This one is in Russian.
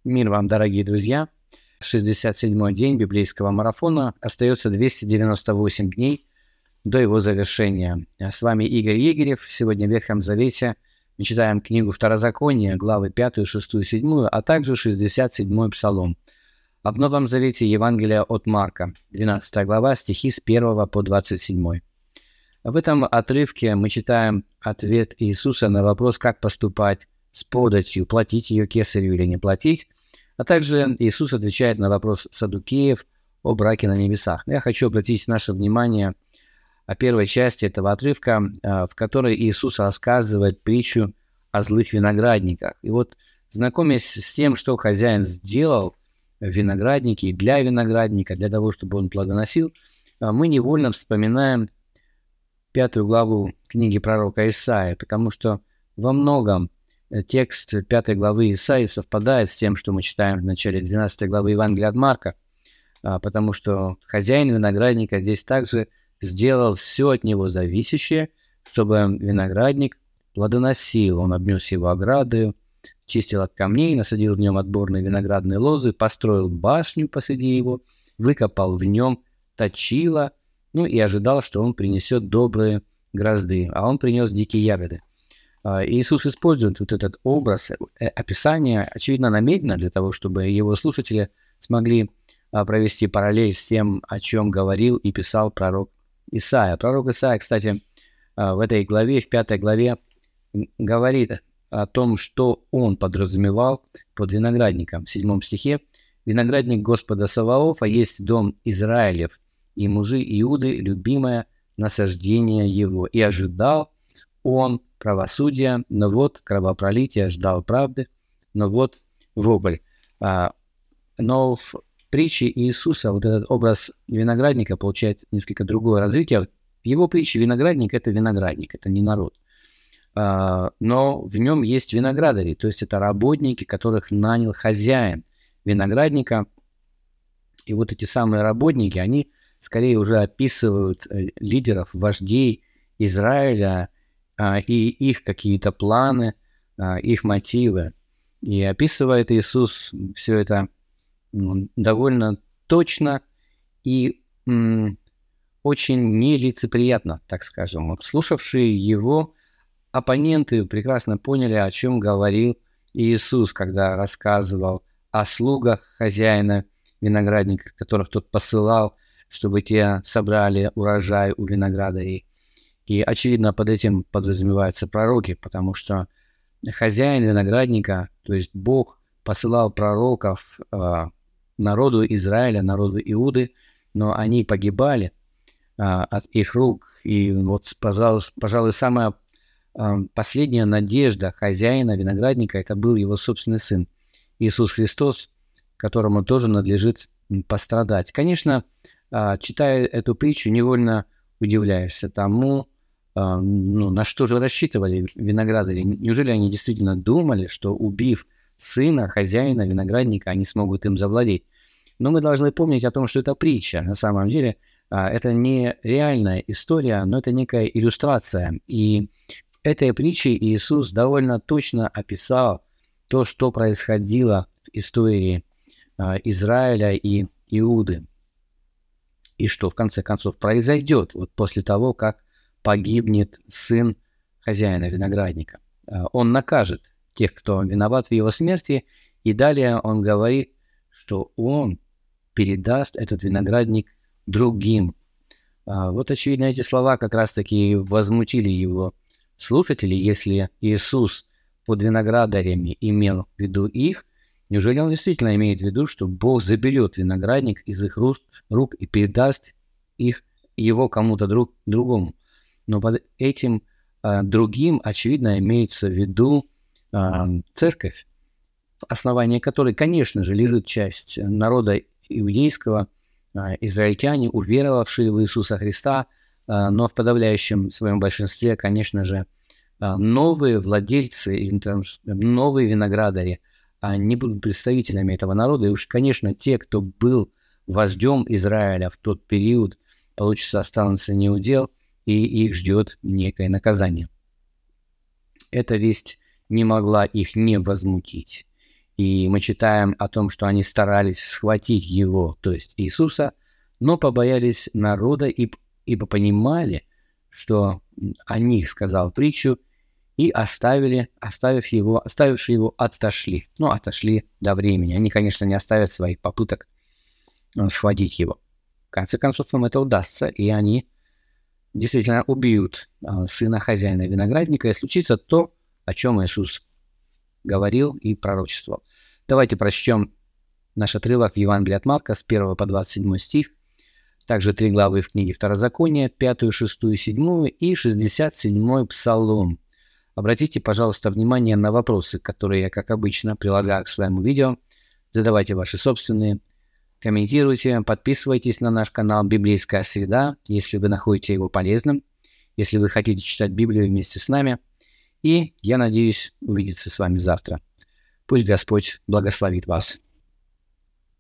Мир вам, дорогие друзья! 67-й день библейского марафона. Остается 298 дней до его завершения. С вами Игорь Егерев. Сегодня в Ветхом Завете мы читаем книгу Второзакония, главы 5, 6, 7, а также 67-й Псалом. А в Новом Завете Евангелие от Марка, 12 глава, стихи с 1 по 27. В этом отрывке мы читаем ответ Иисуса на вопрос, как поступать с податью, платить ее кесарю или не платить. А также Иисус отвечает на вопрос саддукеев о браке на небесах. Я хочу обратить наше внимание о первой части этого отрывка, в которой Иисус рассказывает притчу о злых виноградниках. И вот, знакомясь с тем, что хозяин сделал в винограднике и для виноградника, для того, чтобы он плодоносил, мы невольно вспоминаем 5 главу книги пророка Исаии, потому что во многом текст 5 главы Исаии совпадает с тем, что мы читаем в начале 12 главы Евангелия от Марка, потому что хозяин виноградника здесь также сделал все от него зависящее, чтобы виноградник плодоносил. Он обнес его оградою, чистил от камней, насадил в нем отборные виноградные лозы, построил башню посреди его, выкопал в нем точило, и ожидал, что он принесет добрые грозды, а он принес дикие ягоды. Иисус использует вот этот образ, описание, очевидно, намеренно для того, чтобы его слушатели смогли провести параллель с тем, о чем говорил и писал пророк Исаия. Пророк Исаия, кстати, в этой главе, в 5 главе, говорит о том, что он подразумевал под виноградником. В 7 стихе: «Виноградник Господа Саваофа есть дом Израилев, и мужи Иуды, любимое насаждение его. И ожидал он правосудия, но вот кровопролитие, ждал правды, но вот вопль». Но в притче Иисуса вот этот образ виноградника получает несколько другое развитие. В его притче виноградник – это виноградник, это не народ. Но в нем есть виноградари, то есть это работники, которых нанял хозяин виноградника. И вот эти самые работники, они скорее уже описывают лидеров, вождей Израиля и их какие-то планы, их мотивы. И описывает Иисус все это довольно точно и очень нелицеприятно, так скажем. Вот слушавшие его оппоненты прекрасно поняли, о чем говорил Иисус, когда рассказывал о слугах хозяина виноградника, которых тот посылал, чтобы те собрали урожай у виноградарей. И, очевидно, под этим подразумеваются пророки, потому что хозяин виноградника, то есть Бог, посылал пророков народу Израиля, народу Иуды, но они погибали от их рук. И вот, пожалуй, самая последняя надежда хозяина виноградника – это был его собственный сын, Иисус Христос, которому тоже надлежит пострадать. Конечно, читая эту притчу, невольно удивляешься тому, на что же рассчитывали виноградари. Неужели они действительно думали, что, убив сына хозяина виноградника, они смогут им завладеть? Но мы должны помнить о том, что это притча. На самом деле это не реальная история, но это некая иллюстрация. И в этой притче Иисус довольно точно описал то, что происходило в истории Израиля и Иуды. И что в конце концов произойдет вот после того, как погибнет сын хозяина виноградника. Он накажет тех, кто виноват в его смерти, и далее он говорит, что он передаст этот виноградник другим. Вот, очевидно, эти слова как раз-таки возмутили его слушателей. Если Иисус под виноградарями имел в виду их, неужели он действительно имеет в виду, что Бог заберет виноградник из их рук и передаст его кому-то другому? Но под этим другим, очевидно, имеется в виду церковь, в основании которой, конечно же, лежит часть народа иудейского, израильтяне, уверовавшие в Иисуса Христа, но в подавляющем своем большинстве, конечно же, новые владельцы, новые виноградари, они будут представителями этого народа. И уж, конечно, те, кто был вождем Израиля в тот период, получится, останутся неудел, и их ждет некое наказание. Эта весть не могла их не возмутить. И мы читаем о том, что они старались схватить его, то есть Иисуса, но побоялись народа, ибо понимали, что о них сказал притчу, и оставивши его, отошли. Ну, отошли до времени. Они, конечно, не оставят своих попыток схватить его. В конце концов, им это удастся, и они действительно убьют сына хозяина виноградника, и случится то, о чем Иисус говорил и пророчествовал. Давайте прочтем наш отрывок в Евангелии от Марка с 1 по 27 стих, также 3 главы в книге Второзакония, 5, 6, 7 и 67 Псалом. Обратите, пожалуйста, внимание на вопросы, которые я, как обычно, прилагаю к своему видео. Задавайте ваши собственные, комментируйте, подписывайтесь на наш канал «Библейская среда», если вы находите его полезным, если вы хотите читать Библию вместе с нами. И я надеюсь увидеться с вами завтра. Пусть Господь благословит вас.